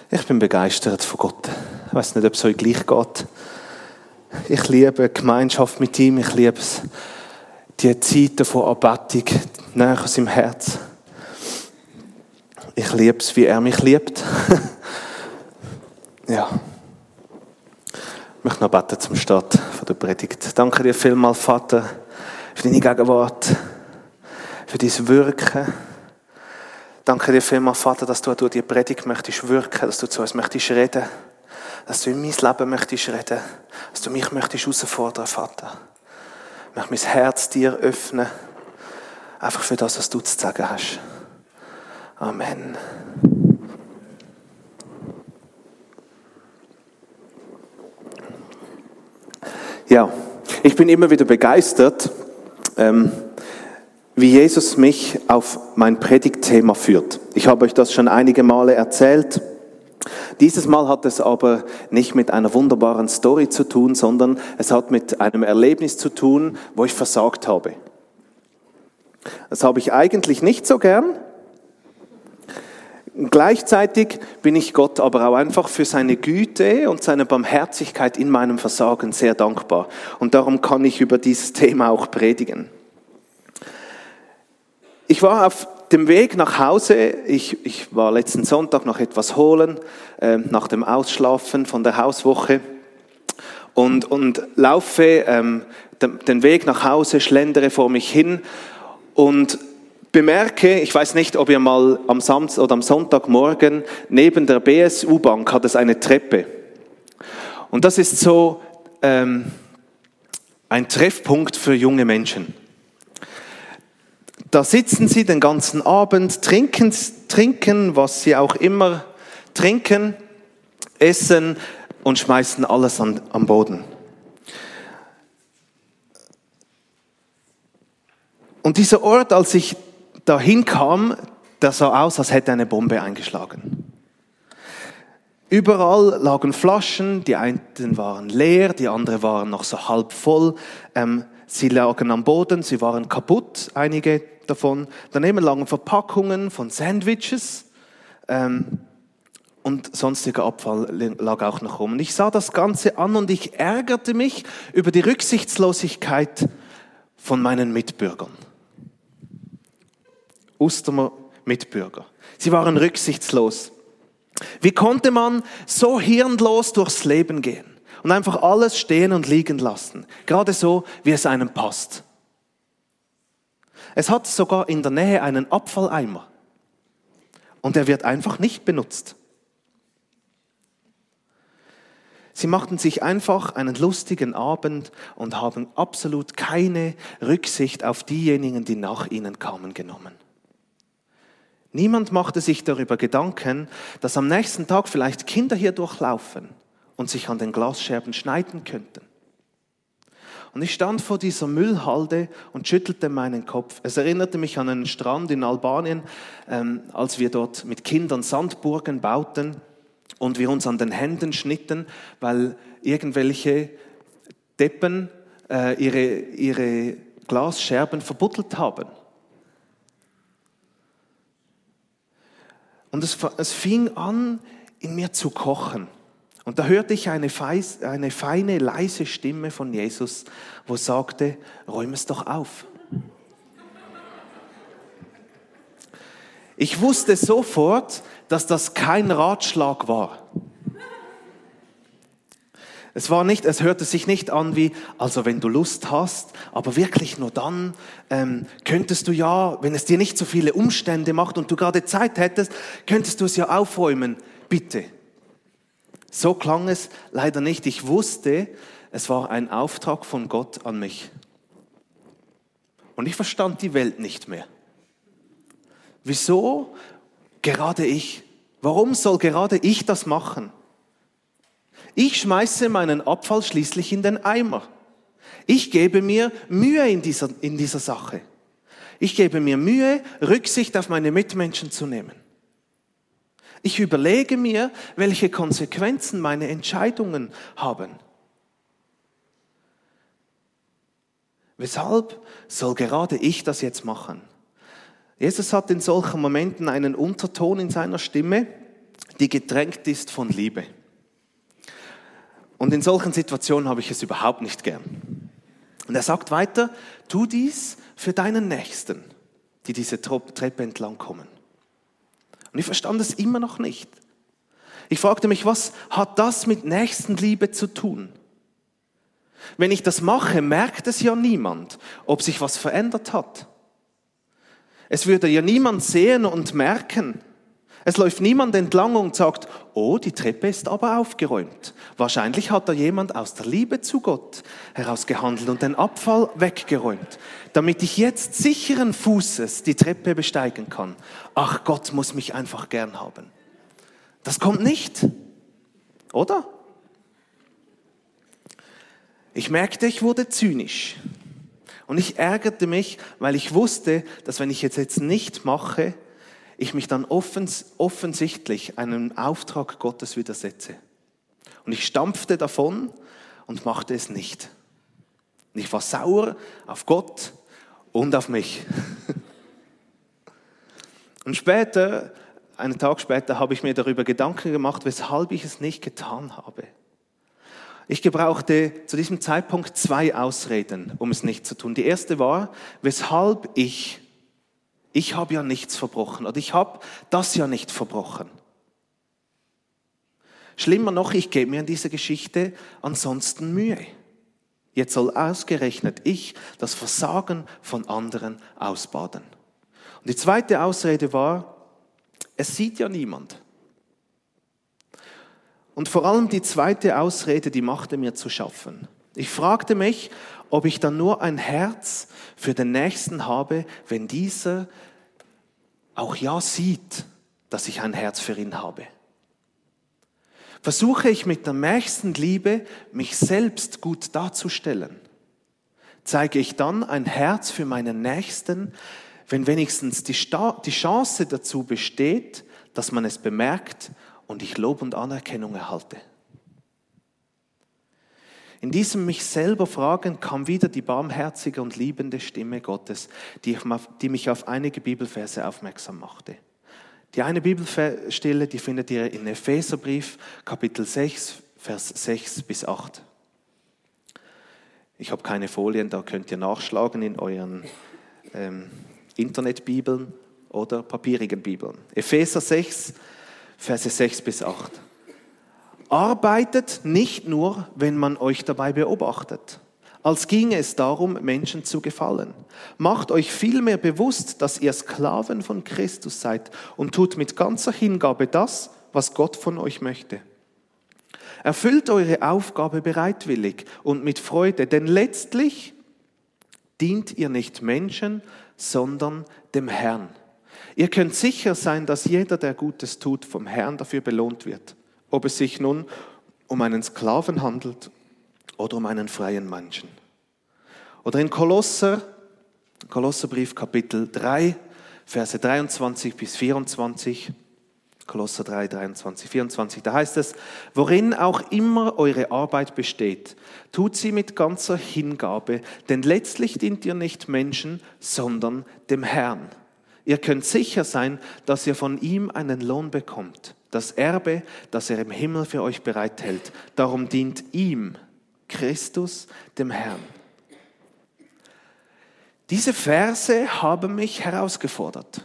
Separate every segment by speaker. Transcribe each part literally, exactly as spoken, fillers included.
Speaker 1: Ich bin begeistert von Gott. Ich weiß nicht, ob es euch gleich geht. Ich liebe Gemeinschaft mit ihm. Ich liebe es, die Zeiten von Anbetung näher aus seinem Herz. Ich liebe es, wie er mich liebt. Ja. Ich möchte noch beten zum Start von der Predigt. Danke dir vielmals, Vater, für deine Gegenwart, für dein Wirken. Danke dir vielmals, Vater, dass du durch die Predigt möchtest wirken, dass du zu uns möchtest reden, dass du in mein Leben möchtest reden, dass du mich möchtest herausfordern, Vater. Ich möchte mein Herz dir öffnen, einfach für das, was du zu sagen hast. Amen. Ja, ich bin immer wieder begeistert, ähm, wie Jesus mich auf mein Predigtthema führt. Ich habe euch das schon einige Male erzählt. Dieses Mal hat es aber nicht mit einer wunderbaren Story zu tun, sondern es hat mit einem Erlebnis zu tun, wo ich versagt habe. Das habe ich eigentlich nicht so gern. Gleichzeitig bin ich Gott aber auch einfach für seine Güte und seine Barmherzigkeit in meinem Versagen sehr dankbar. Und darum kann ich über dieses Thema auch predigen. Ich war auf dem Weg nach Hause, ich, ich war letzten Sonntag noch etwas holen, äh, nach dem Ausschlafen von der Hauswoche und, und laufe ähm, den, den Weg nach Hause, schlendere vor mich hin und bemerke, ich weiß nicht, ob ihr mal am Samstag oder am Sonntagmorgen, neben der B S U-Bank hat es eine Treppe. Und das ist so ähm, ein Treffpunkt für junge Menschen. Da sitzen sie den ganzen Abend, trinken, trinken, was sie auch immer trinken, essen und schmeißen alles an, am Boden. Und dieser Ort, als ich dahin kam, der sah aus, als hätte eine Bombe eingeschlagen. Überall lagen Flaschen, die einen waren leer, die anderen waren noch so halb voll. Ähm, sie lagen am Boden, sie waren kaputt, einige davon. Daneben lagen Verpackungen von Sandwiches ähm, und sonstiger Abfall lag auch noch rum. Und ich sah das Ganze an und ich ärgerte mich über die Rücksichtslosigkeit von meinen Mitbürgern. Ustermer Mitbürger. Sie waren rücksichtslos. Wie konnte man so hirnlos durchs Leben gehen und einfach alles stehen und liegen lassen? Gerade so, wie es einem passt. Es hat sogar in der Nähe einen Abfalleimer. Und der wird einfach nicht benutzt. Sie machten sich einfach einen lustigen Abend und haben absolut keine Rücksicht auf diejenigen, die nach ihnen kamen, genommen. Niemand machte sich darüber Gedanken, dass am nächsten Tag vielleicht Kinder hier durchlaufen und sich an den Glasscherben schneiden könnten. Und ich stand vor dieser Müllhalde und schüttelte meinen Kopf. Es erinnerte mich an einen Strand in Albanien, ähm, als wir dort mit Kindern Sandburgen bauten und wir uns an den Händen schnitten, weil irgendwelche Deppen äh, ihre, ihre Glasscherben verbuddelt haben. Und es, es fing an, in mir zu kochen. Und da hörte ich eine, feis, eine feine, leise Stimme von Jesus, wo sagte, räum es doch auf. Ich wusste sofort, dass das kein Ratschlag war. Es war nicht, es hörte sich nicht an wie, also wenn du Lust hast, aber wirklich nur dann, ähm, könntest du ja, wenn es dir nicht so viele Umstände macht und du gerade Zeit hättest, könntest du es ja aufräumen, bitte. So klang es leider nicht. Ich wusste, es war ein Auftrag von Gott an mich. Und ich verstand die Welt nicht mehr. Wieso gerade ich? Warum soll gerade ich das machen? Ich schmeiße meinen Abfall schließlich in den Eimer. Ich gebe mir Mühe in dieser, in dieser Sache. Ich gebe mir Mühe, Rücksicht auf meine Mitmenschen zu nehmen. Ich überlege mir, welche Konsequenzen meine Entscheidungen haben. Weshalb soll gerade ich das jetzt machen? Jesus hat in solchen Momenten einen Unterton in seiner Stimme. die getränkt ist von Liebe. Und in solchen Situationen habe ich es überhaupt nicht gern. Und er sagt weiter, tu dies für deinen Nächsten, die diese Treppe entlang kommen. Und ich verstand es immer noch nicht. Ich fragte mich, was hat das mit Nächstenliebe zu tun? Wenn ich das mache, merkt es ja niemand, ob sich was verändert hat. Es würde ja niemand sehen und merken. Es läuft niemand entlang und sagt, oh, die Treppe ist aber aufgeräumt. Wahrscheinlich hat da jemand aus der Liebe zu Gott heraus gehandelt und den Abfall weggeräumt, damit ich jetzt sicheren Fußes die Treppe besteigen kann. Ach, Gott muss mich einfach gern haben. Das kommt nicht, oder? Ich merkte, ich wurde zynisch. Und ich ärgerte mich, weil ich wusste, dass wenn ich es jetzt nicht mache, ich mich dann offens- offensichtlich einem Auftrag Gottes widersetze. Und ich stampfte davon und machte es nicht. Und ich war sauer auf Gott und auf mich. Und später, einen Tag später, habe ich mir darüber Gedanken gemacht, weshalb ich es nicht getan habe. Ich gebrauchte zu diesem Zeitpunkt zwei Ausreden, um es nicht zu tun. Die erste war, weshalb ich Ich habe ja nichts verbrochen oder ich habe das ja nicht verbrochen. Schlimmer noch, ich gebe mir in dieser Geschichte ansonsten Mühe. Jetzt soll ausgerechnet ich das Versagen von anderen ausbaden. Und die zweite Ausrede war, es sieht ja niemand. Und vor allem die zweite Ausrede, die machte mir zu schaffen. Ich fragte mich, ob ich dann nur ein Herz für den Nächsten habe, wenn dieser auch ja sieht, dass ich ein Herz für ihn habe. Versuche ich mit der Nächstenliebe, mich selbst gut darzustellen? Zeige ich dann ein Herz für meinen Nächsten, wenn wenigstens die, Sta- die Chance dazu besteht, dass man es bemerkt und ich Lob und Anerkennung erhalte? In diesem mich selber fragen kam wieder die barmherzige und liebende Stimme Gottes, die, die mich auf einige Bibelverse aufmerksam machte. Die eine Bibelstelle, die findet ihr in Epheserbrief, Kapitel sechs, Vers sechs bis acht. Ich habe keine Folien, da könnt ihr nachschlagen in euren ähm, Internetbibeln oder papierigen Bibeln. Epheser sechs, Verse sechs bis acht. Arbeitet nicht nur, wenn man euch dabei beobachtet, als ginge es darum, Menschen zu gefallen. Macht euch vielmehr bewusst, dass ihr Sklaven von Christus seid und tut mit ganzer Hingabe das, was Gott von euch möchte. Erfüllt eure Aufgabe bereitwillig und mit Freude, denn letztlich dient ihr nicht Menschen, sondern dem Herrn. Ihr könnt sicher sein, dass jeder, der Gutes tut, vom Herrn dafür belohnt wird. Ob es sich nun um einen Sklaven handelt oder um einen freien Menschen. Oder in Kolosser, Kolosserbrief Kapitel drei, Verse dreiundzwanzig bis vierundzwanzig, Kolosser drei, dreiundzwanzig, vierundzwanzig, da heißt es, worin auch immer eure Arbeit besteht, tut sie mit ganzer Hingabe, denn letztlich dient ihr nicht Menschen, sondern dem Herrn. Ihr könnt sicher sein, dass ihr von ihm einen Lohn bekommt. Das Erbe, das er im Himmel für euch bereithält. Darum dient ihm, Christus, dem Herrn. Diese Verse haben mich herausgefordert.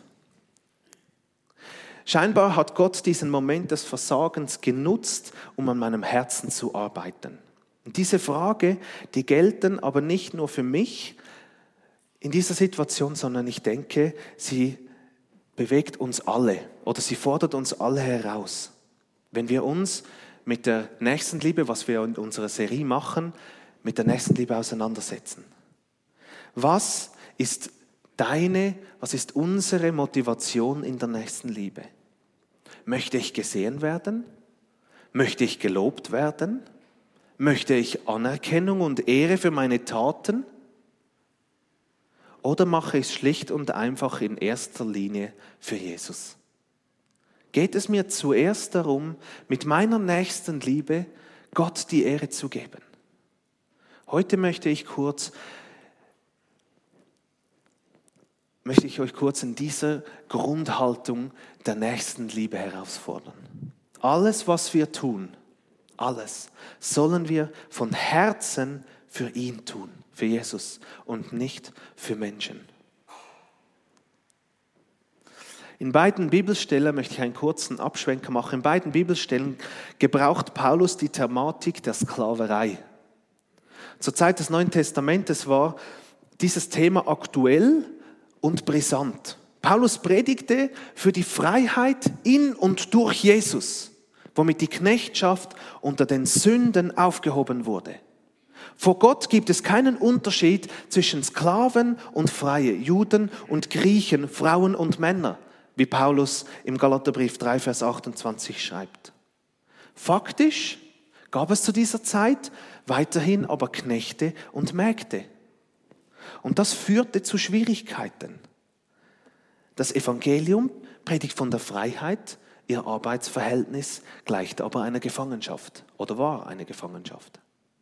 Speaker 1: Scheinbar hat Gott diesen Moment des Versagens genutzt, um an meinem Herzen zu arbeiten. Und diese Frage, die gelten aber nicht nur für mich in dieser Situation, sondern ich denke, sie bewegt uns alle oder sie fordert uns alle heraus. Wenn wir uns mit der Nächstenliebe, was wir in unserer Serie machen, mit der Nächstenliebe auseinandersetzen. Was ist deine, was ist unsere Motivation in der Nächstenliebe? Möchte ich gesehen werden? Möchte ich gelobt werden? Möchte ich Anerkennung und Ehre für meine Taten? Oder mache ich es schlicht und einfach in erster Linie für Jesus? Geht es mir zuerst darum, mit meiner Nächstenliebe Gott die Ehre zu geben? Heute möchte ich kurz möchte ich euch kurz in dieser Grundhaltung der Nächstenliebe herausfordern. Alles, was wir tun, alles, sollen wir von Herzen für ihn tun, für Jesus und nicht für Menschen. In beiden Bibelstellen möchte ich einen kurzen Abschwenker machen. In beiden Bibelstellen gebraucht Paulus die Thematik der Sklaverei. Zur Zeit des Neuen Testamentes war dieses Thema aktuell und brisant. Paulus predigte für die Freiheit in und durch Jesus, womit die Knechtschaft unter den Sünden aufgehoben wurde. Vor Gott gibt es keinen Unterschied zwischen Sklaven und Freie, Juden und Griechen, Frauen und Männer, wie Paulus im Galaterbrief drei, Vers achtundzwanzig schreibt. Faktisch gab es zu dieser Zeit weiterhin aber Knechte und Mägde. Und das führte zu Schwierigkeiten. Das Evangelium predigt von der Freiheit, ihr Arbeitsverhältnis gleicht aber einer Gefangenschaft oder war eine Gefangenschaft.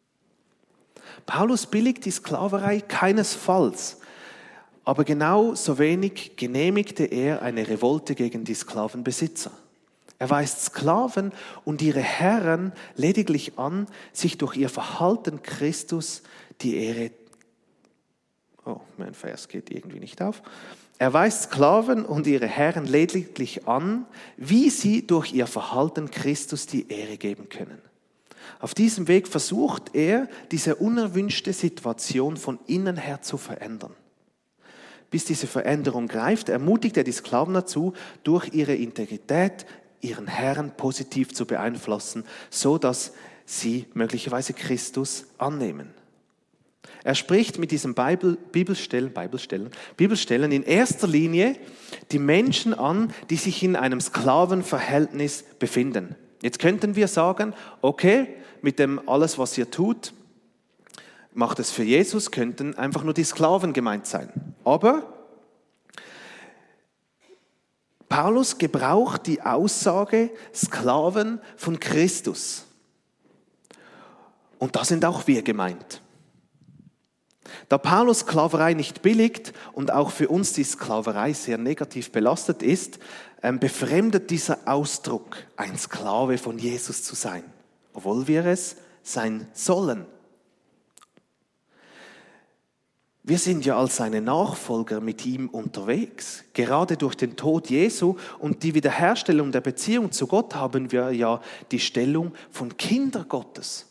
Speaker 1: Paulus billigt die Sklaverei keinesfalls, aber genauso wenig genehmigte er eine Revolte gegen die Sklavenbesitzer. Er weist Sklaven und ihre Herren lediglich an, sich durch ihr Verhalten Christus die Ehre. Oh, mein Vers geht irgendwie nicht auf. Er weist Sklaven und ihre Herren lediglich an, wie sie durch ihr Verhalten Christus die Ehre geben können. Auf diesem Weg versucht er, diese unerwünschte Situation von innen her zu verändern. Bis diese Veränderung greift, ermutigt er die Sklaven dazu, durch ihre Integrität ihren Herren positiv zu beeinflussen, so dass sie möglicherweise Christus annehmen. Er spricht mit diesen Bibel, Bibelstellen, Bibelstellen, Bibelstellen in erster Linie die Menschen an, die sich in einem Sklavenverhältnis befinden. Jetzt könnten wir sagen, okay, mit dem alles, was ihr tut, macht es für Jesus, könnten einfach nur die Sklaven gemeint sein. Aber Paulus gebraucht die Aussage Sklaven von Christus. Und da sind auch wir gemeint. Da Paulus Sklaverei nicht billigt und auch für uns die Sklaverei sehr negativ belastet ist, befremdet dieser Ausdruck, ein Sklave von Jesus zu sein, obwohl wir es sein sollen. Wir sind ja als seine Nachfolger mit ihm unterwegs. Gerade durch den Tod Jesu und die Wiederherstellung der Beziehung zu Gott haben wir ja die Stellung von Kinder Gottes.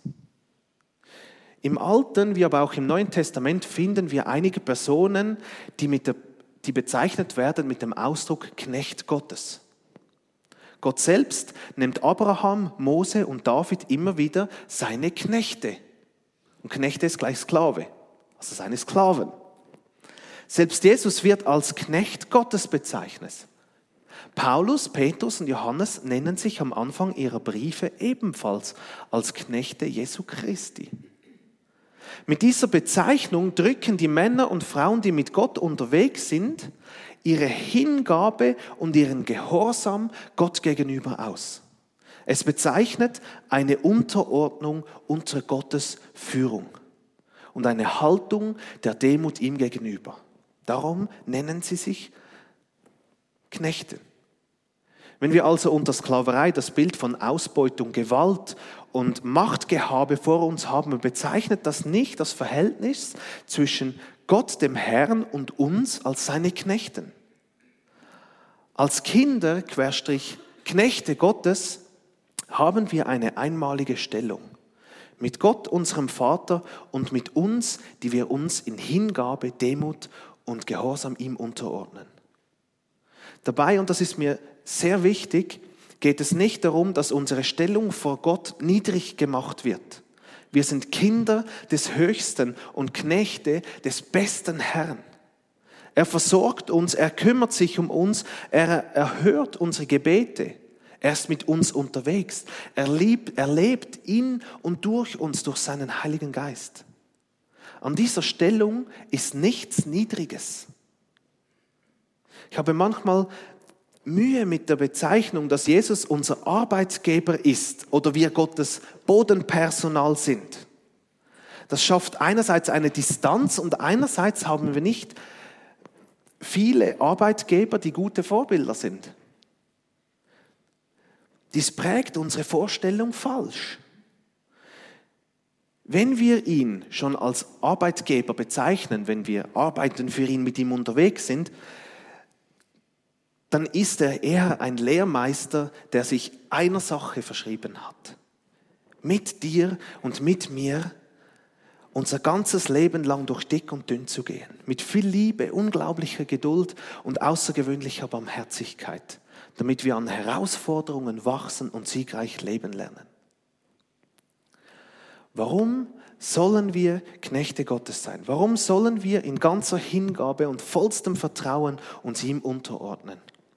Speaker 1: Im Alten wie aber auch im Neuen Testament finden wir einige Personen, die, mit der, die bezeichnet werden mit dem Ausdruck Knecht Gottes. Gott selbst nennt Abraham, Mose und David immer wieder seine Knechte. Und Knechte ist gleich Sklave, also seine Sklaven. Selbst Jesus wird als Knecht Gottes bezeichnet. Paulus, Petrus und Johannes nennen sich am Anfang ihrer Briefe ebenfalls als Knechte Jesu Christi. Mit dieser Bezeichnung drücken die Männer und Frauen, die mit Gott unterwegs sind, ihre Hingabe und ihren Gehorsam Gott gegenüber aus. Es bezeichnet eine Unterordnung unter Gottes Führung und eine Haltung der Demut ihm gegenüber. Darum nennen sie sich Knechte. Wenn wir also unter Sklaverei das Bild von Ausbeutung, Gewalt und Machtgehabe vor uns haben, bezeichnet das nicht das Verhältnis zwischen Gott, dem Herrn, und uns als seine Knechten. Als Kinder, Querstrich Knechte Gottes, haben wir eine einmalige Stellung. Mit Gott, unserem Vater, und mit uns, die wir uns in Hingabe, Demut und Gehorsam ihm unterordnen. Dabei, und das ist mir sehr wichtig, geht es nicht darum, dass unsere Stellung vor Gott niedrig gemacht wird. Wir sind Kinder des Höchsten und Knechte des besten Herrn. Er versorgt uns, er kümmert sich um uns, er erhört unsere Gebete. Er ist mit uns unterwegs. Er lebt, er lebt in und durch uns, durch seinen Heiligen Geist. An dieser Stellung ist nichts Niedriges. Ich habe manchmal Mühe mit der Bezeichnung, dass Jesus unser Arbeitgeber ist oder wir Gottes Bodenpersonal sind. Das schafft einerseits eine Distanz und einerseits haben wir nicht viele Arbeitgeber, die gute Vorbilder sind. Dies prägt unsere Vorstellung falsch. Wenn wir ihn schon als Arbeitgeber bezeichnen, wenn wir arbeiten für ihn, mit ihm unterwegs sind, dann ist er eher ein Lehrmeister, der sich einer Sache verschrieben hat. Mit dir und mit mir unser ganzes Leben lang durch dick und dünn zu gehen. Mit viel Liebe, unglaublicher Geduld und außergewöhnlicher Barmherzigkeit, damit wir an Herausforderungen wachsen und siegreich leben lernen. Warum sollen wir Knechte Gottes sein? Warum sollen wir in ganzer Hingabe und vollstem Vertrauen uns ihm unterordnen?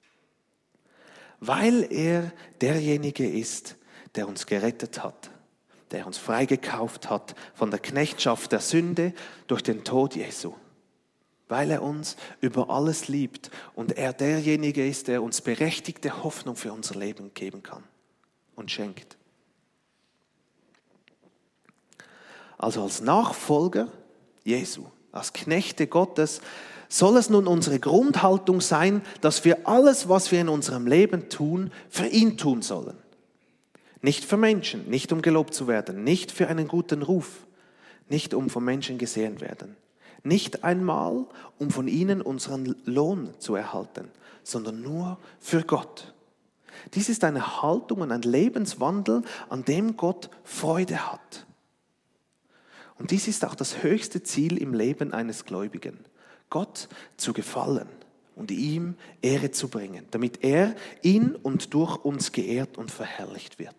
Speaker 1: Weil er derjenige ist, der uns gerettet hat, der uns freigekauft hat von der Knechtschaft der Sünde durch den Tod Jesu. Weil er uns über alles liebt und er derjenige ist, der uns berechtigte Hoffnung für unser Leben geben kann und schenkt. Also als Nachfolger Jesu, als Knechte Gottes, soll es nun unsere Grundhaltung sein, dass wir alles, was wir in unserem Leben tun, für ihn tun sollen. Nicht für Menschen, nicht um gelobt zu werden, nicht für einen guten Ruf, nicht um von Menschen gesehen werden, nicht einmal, um von ihnen unseren Lohn zu erhalten, sondern nur für Gott. Dies ist eine Haltung und ein Lebenswandel, an dem Gott Freude hat. Und dies ist auch das höchste Ziel im Leben eines Gläubigen, Gott zu gefallen und ihm Ehre zu bringen, damit er in und durch uns geehrt und verherrlicht wird.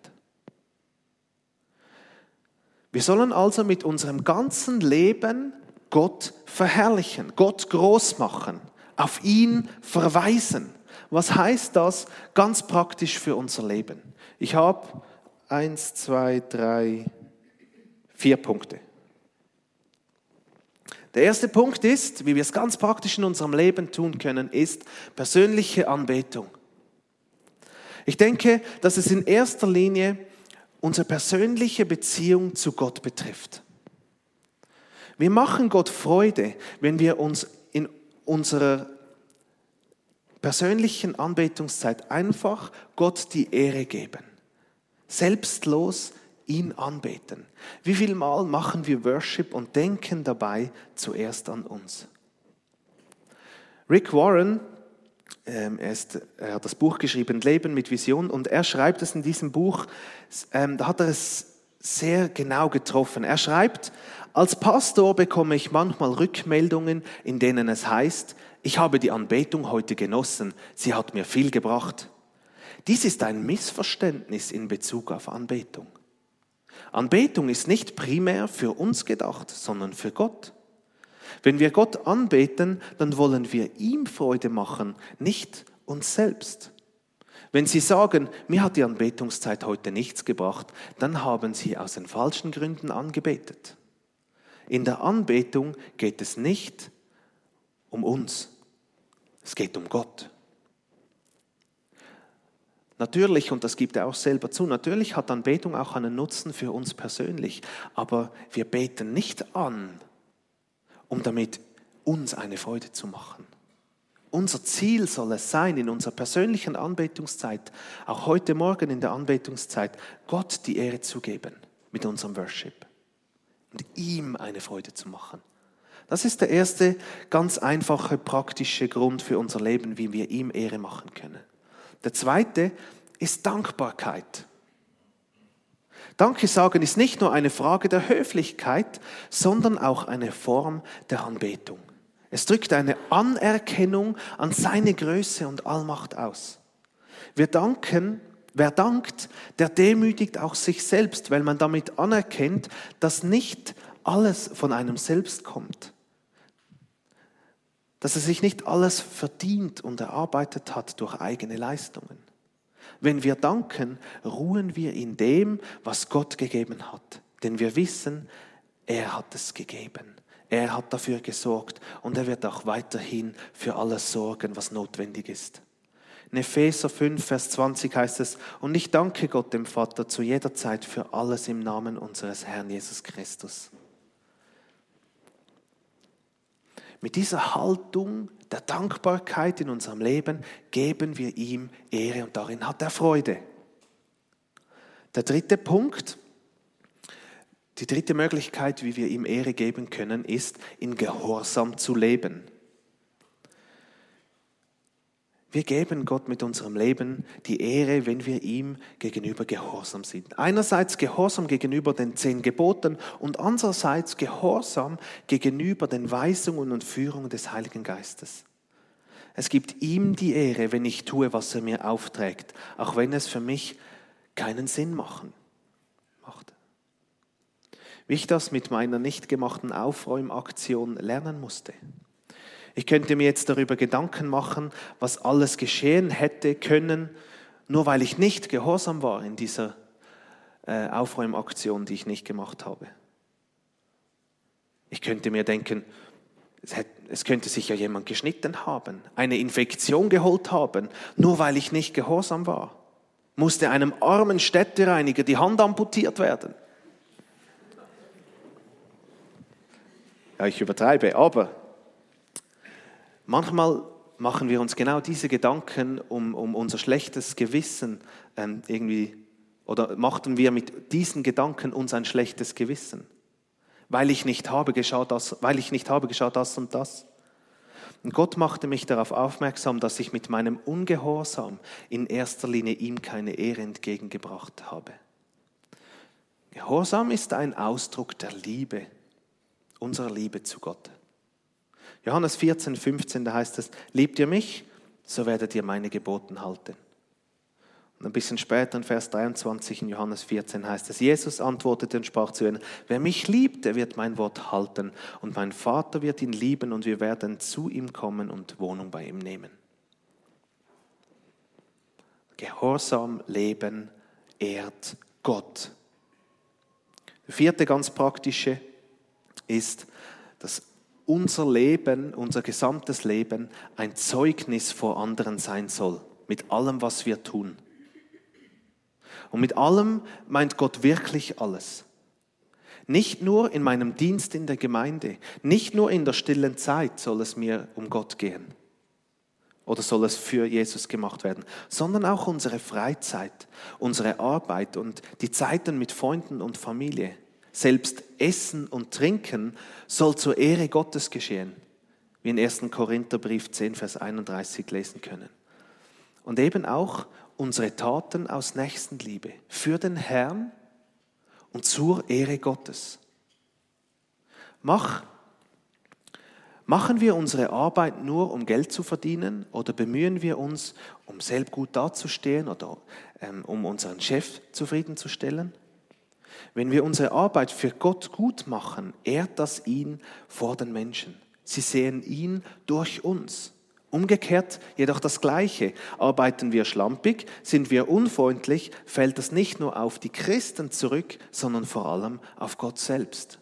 Speaker 1: Wir sollen also mit unserem ganzen Leben Gott verherrlichen, Gott groß machen, auf ihn verweisen. Was heißt das ganz praktisch für unser Leben? Ich habe eins, zwei, drei, vier Punkte. Der erste Punkt ist, wie wir es ganz praktisch in unserem Leben tun können, ist persönliche Anbetung. Ich denke, dass es in erster Linie unsere persönliche Beziehung zu Gott betrifft. Wir machen Gott Freude, wenn wir uns in unserer persönlichen Anbetungszeit einfach Gott die Ehre geben. Selbstlos ihn anbeten. Wie viel Mal machen wir Worship und denken dabei zuerst an uns? Rick Warren, ähm, er, ist, er hat das Buch geschrieben, Leben mit Vision, und er schreibt es in diesem Buch, ähm, da hat er es sehr genau getroffen. Er schreibt, als Pastor bekomme ich manchmal Rückmeldungen, in denen es heißt, ich habe die Anbetung heute genossen, sie hat mir viel gebracht. Dies ist ein Missverständnis in Bezug auf Anbetung. Anbetung ist nicht primär für uns gedacht, sondern für Gott. Wenn wir Gott anbeten, dann wollen wir ihm Freude machen, nicht uns selbst. Wenn Sie sagen, mir hat die Anbetungszeit heute nichts gebracht, dann haben Sie aus den falschen Gründen angebetet. In der Anbetung geht es nicht um uns, es geht um Gott. Natürlich, und das gibt er auch selber zu, natürlich hat Anbetung auch einen Nutzen für uns persönlich, aber wir beten nicht an, um damit uns eine Freude zu machen. Unser Ziel soll es sein, in unserer persönlichen Anbetungszeit, auch heute Morgen in der Anbetungszeit, Gott die Ehre zu geben mit unserem Worship und ihm eine Freude zu machen. Das ist der erste ganz einfache, praktische Grund für unser Leben, wie wir ihm Ehre machen können. Der zweite ist Dankbarkeit. Danke sagen ist nicht nur eine Frage der Höflichkeit, sondern auch eine Form der Anbetung. Es drückt eine Anerkennung an seine Größe und Allmacht aus. Wir danken, wer dankt, der demütigt auch sich selbst, weil man damit anerkennt, dass nicht alles von einem selbst kommt. Dass er sich nicht alles verdient und erarbeitet hat durch eigene Leistungen. Wenn wir danken, ruhen wir in dem, was Gott gegeben hat. Denn wir wissen, er hat es gegeben. Er hat dafür gesorgt und er wird auch weiterhin für alles sorgen, was notwendig ist. In Epheser fünf, Vers zwanzig heißt es, und ich danke Gott dem Vater zu jeder Zeit für alles im Namen unseres Herrn Jesus Christus. Mit dieser Haltung der Dankbarkeit in unserem Leben geben wir ihm Ehre und darin hat er Freude. Der dritte Punkt, die dritte Möglichkeit, wie wir ihm Ehre geben können, ist, in Gehorsam zu leben. Wir geben Gott mit unserem Leben die Ehre, wenn wir ihm gegenüber gehorsam sind. Einerseits Gehorsam gegenüber den zehn Geboten und andererseits Gehorsam gegenüber den Weisungen und Führungen des Heiligen Geistes. Es gibt ihm die Ehre, wenn ich tue, was er mir aufträgt, auch wenn es für mich keinen Sinn machen, macht. Wie ich das mit meiner nicht gemachten Aufräumaktion lernen musste. Ich könnte mir jetzt darüber Gedanken machen, was alles geschehen hätte können, nur weil ich nicht gehorsam war in dieser äh, Aufräumaktion, die ich nicht gemacht habe. Ich könnte mir denken, es, hätte, es könnte sich ja jemand geschnitten haben, eine Infektion geholt haben, nur weil ich nicht gehorsam war. Musste einem armen Städtereiniger die Hand amputiert werden. Ja, ich übertreibe, aber manchmal machen wir uns genau diese Gedanken um, um unser schlechtes Gewissen ähm, irgendwie, oder machten wir mit diesen Gedanken uns ein schlechtes Gewissen. Weil ich nicht habe, geschah das, weil ich nicht habe, geschah das und das. Und Gott machte mich darauf aufmerksam, dass ich mit meinem Ungehorsam in erster Linie ihm keine Ehre entgegengebracht habe. Gehorsam ist ein Ausdruck der Liebe, unserer Liebe zu Gott. Johannes vierzehn, fünfzehn, da heißt es, liebt ihr mich, so werdet ihr meine Geboten halten. Und ein bisschen später in Vers dreiundzwanzig in Johannes vierzehn heißt es, Jesus antwortete und sprach zu ihnen, wer mich liebt, der wird mein Wort halten und mein Vater wird ihn lieben und wir werden zu ihm kommen und Wohnung bei ihm nehmen. Gehorsam leben ehrt Gott. Der vierte ganz praktische ist, dass unser Leben, unser gesamtes Leben ein Zeugnis vor anderen sein soll, mit allem, was wir tun. Und mit allem meint Gott wirklich alles. Nicht nur in meinem Dienst in der Gemeinde, nicht nur in der stillen Zeit soll es mir um Gott gehen oder soll es für Jesus gemacht werden, sondern auch unsere Freizeit, unsere Arbeit und die Zeiten mit Freunden und Familie. Selbst Essen und Trinken soll zur Ehre Gottes geschehen, wie in ersten Korintherbrief zehn, Vers einunddreißig lesen können. Und eben auch unsere Taten aus Nächstenliebe für den Herrn und zur Ehre Gottes. Mach, machen wir unsere Arbeit nur, um Geld zu verdienen oder bemühen wir uns, um selbst gut dazustehen oder ähm, um unseren Chef zufriedenzustellen? Wenn wir unsere Arbeit für Gott gut machen, ehrt das ihn vor den Menschen. Sie sehen ihn durch uns. Umgekehrt jedoch das Gleiche. Arbeiten wir schlampig, sind wir unfreundlich, fällt das nicht nur auf die Christen zurück, sondern vor allem auf Gott selbst.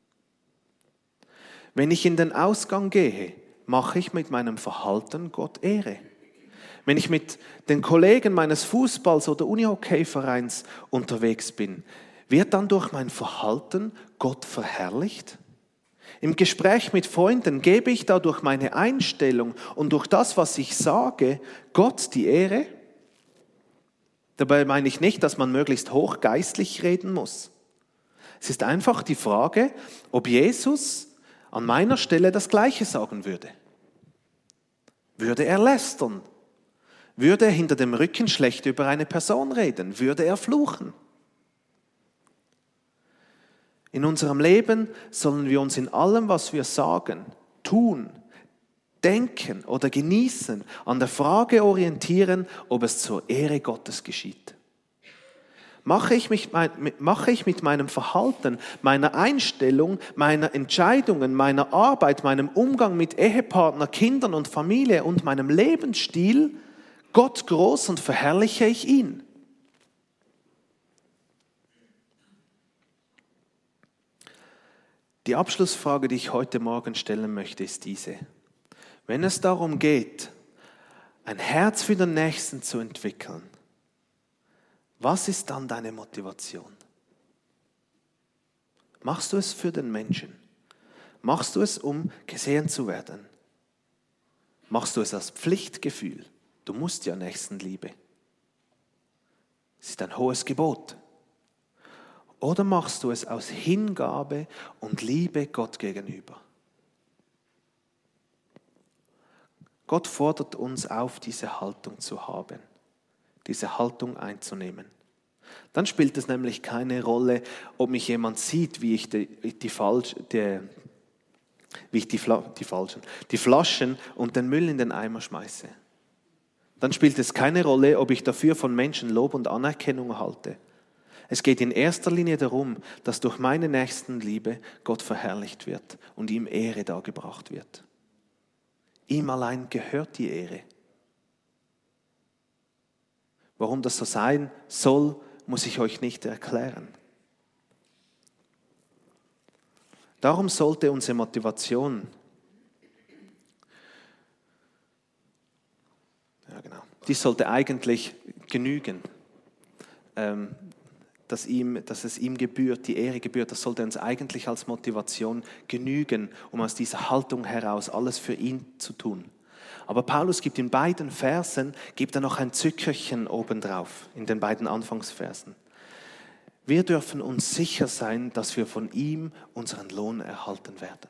Speaker 1: Wenn ich in den Ausgang gehe, mache ich mit meinem Verhalten Gott Ehre. Wenn ich mit den Kollegen meines Fußballs- oder Unihockeyvereins unterwegs bin, wird dann durch mein Verhalten Gott verherrlicht? Im Gespräch mit Freunden gebe ich dadurch meine Einstellung und durch das, was ich sage, Gott die Ehre? Dabei meine ich nicht, dass man möglichst hochgeistlich reden muss. Es ist einfach die Frage, ob Jesus an meiner Stelle das Gleiche sagen würde. Würde er lästern? Würde er hinter dem Rücken schlecht über eine Person reden? Würde er fluchen? In unserem Leben sollen wir uns in allem, was wir sagen, tun, denken oder genießen, an der Frage orientieren, ob es zur Ehre Gottes geschieht. Mache ich, mich, mache ich mit meinem Verhalten, meiner Einstellung, meiner Entscheidungen, meiner Arbeit, meinem Umgang mit Ehepartner, Kindern und Familie und meinem Lebensstil Gott groß und verherrliche ich ihn? Die Abschlussfrage, die ich heute Morgen stellen möchte, ist diese. Wenn es darum geht, ein Herz für den Nächsten zu entwickeln, was ist dann deine Motivation? Machst du es für den Menschen? Machst du es, um gesehen zu werden? Machst du es als Pflichtgefühl? Du musst ja Nächstenliebe. Es ist ein hohes Gebot. Oder machst du es aus Hingabe und Liebe Gott gegenüber? Gott fordert uns auf, diese Haltung zu haben, diese Haltung einzunehmen. Dann spielt es nämlich keine Rolle, ob mich jemand sieht, wie ich die, die, Falsch, die, wie ich die, die, falschen, die Flaschen und den Müll in den Eimer schmeiße. Dann spielt es keine Rolle, ob ich dafür von Menschen Lob und Anerkennung erhalte. Es geht in erster Linie darum, dass durch meine Nächstenliebe Gott verherrlicht wird und ihm Ehre dargebracht wird. Ihm allein gehört die Ehre. Warum das so sein soll, muss ich euch nicht erklären. Darum sollte unsere Motivation, ja genau, die sollte eigentlich genügen, ähm, dass, ihm, dass es ihm gebührt, die Ehre gebührt, das sollte uns eigentlich als Motivation genügen, um aus dieser Haltung heraus alles für ihn zu tun. Aber Paulus gibt in beiden Versen, gibt er noch ein Zückerchen obendrauf, in den beiden Anfangsversen. Wir dürfen uns sicher sein, dass wir von ihm unseren Lohn erhalten werden.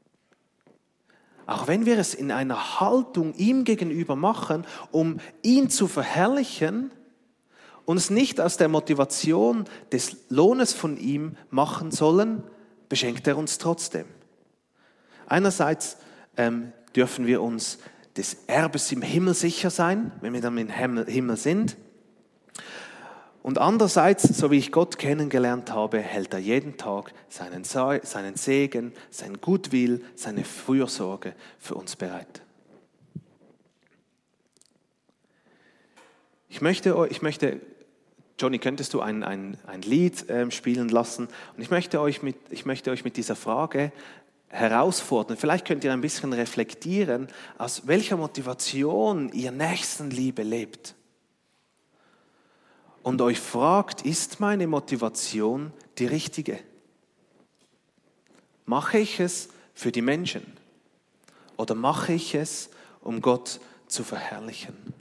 Speaker 1: Auch wenn wir es in einer Haltung ihm gegenüber machen, um ihn zu verherrlichen, uns nicht aus der Motivation des Lohnes von ihm machen sollen, beschenkt er uns trotzdem. Einerseits ähm, dürfen wir uns des Erbes im Himmel sicher sein, wenn wir dann im Himmel sind. Und andererseits, so wie ich Gott kennengelernt habe, hält er jeden Tag seinen, seinen Segen, sein Gutwill, seine Fürsorge für uns bereit. Ich möchte, ich möchte Johnny, könntest du ein, ein, ein Lied äh, spielen lassen? Und ich möchte, euch mit, ich möchte euch mit dieser Frage herausfordern. Vielleicht könnt ihr ein bisschen reflektieren, aus welcher Motivation ihr Nächstenliebe lebt. Und euch fragt, ist meine Motivation die richtige? Mache ich es für die Menschen? Oder mache ich es, um Gott zu verherrlichen?